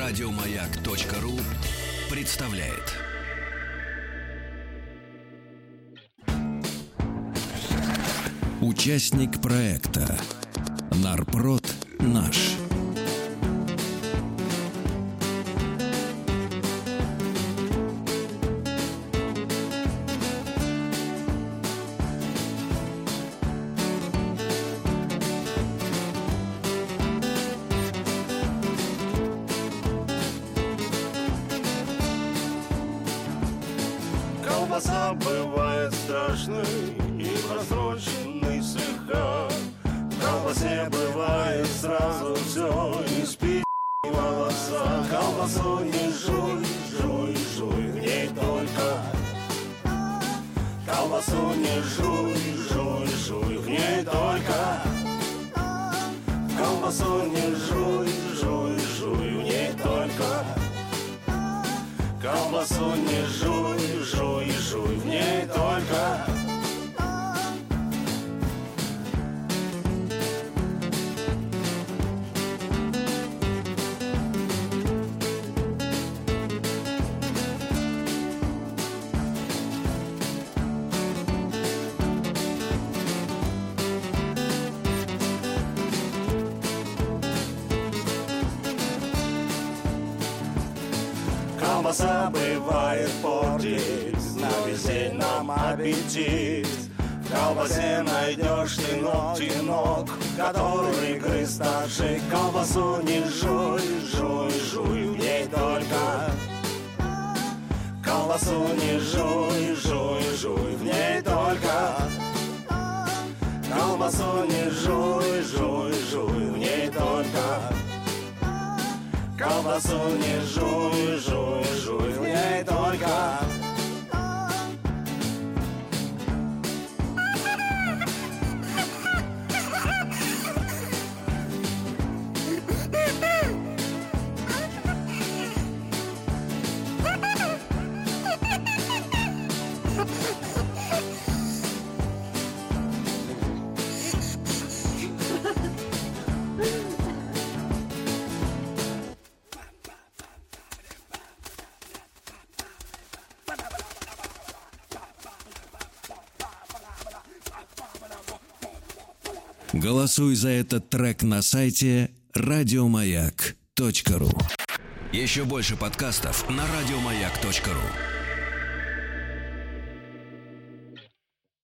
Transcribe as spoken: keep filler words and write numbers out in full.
Радиомаяк.ру представляет. Участник проекта «Нарпрод наш». Колбаса бывает страшной и просроченной слегка. В колбасе бывает сразу все, и спи волоса. Колбасу не жуй, жуй, жуй, в ней только. Колбасу не жуй, жуй, жуй, в ней только. Колбасу не жуй, жуй, жуй, в ней только. Колбасу не жуй, жуй, жуй, в ней только. Колбаса бывает портит на весь день нам аппетит. В колбасе найдешь ты ногтенок, который грыз старший. Колбасу не жуй, жуй, жуй, в ней только. Колбасу не жуй, жуй, жуй, в ней только. Колбасу не жуй, жуй, жуй, в ней только. Колбасу не жуй, жуй, жуй, в ней только. Голосуй за этот трек на сайте радиомаяк точка ру. Еще больше подкастов на радиомаяк точка ру.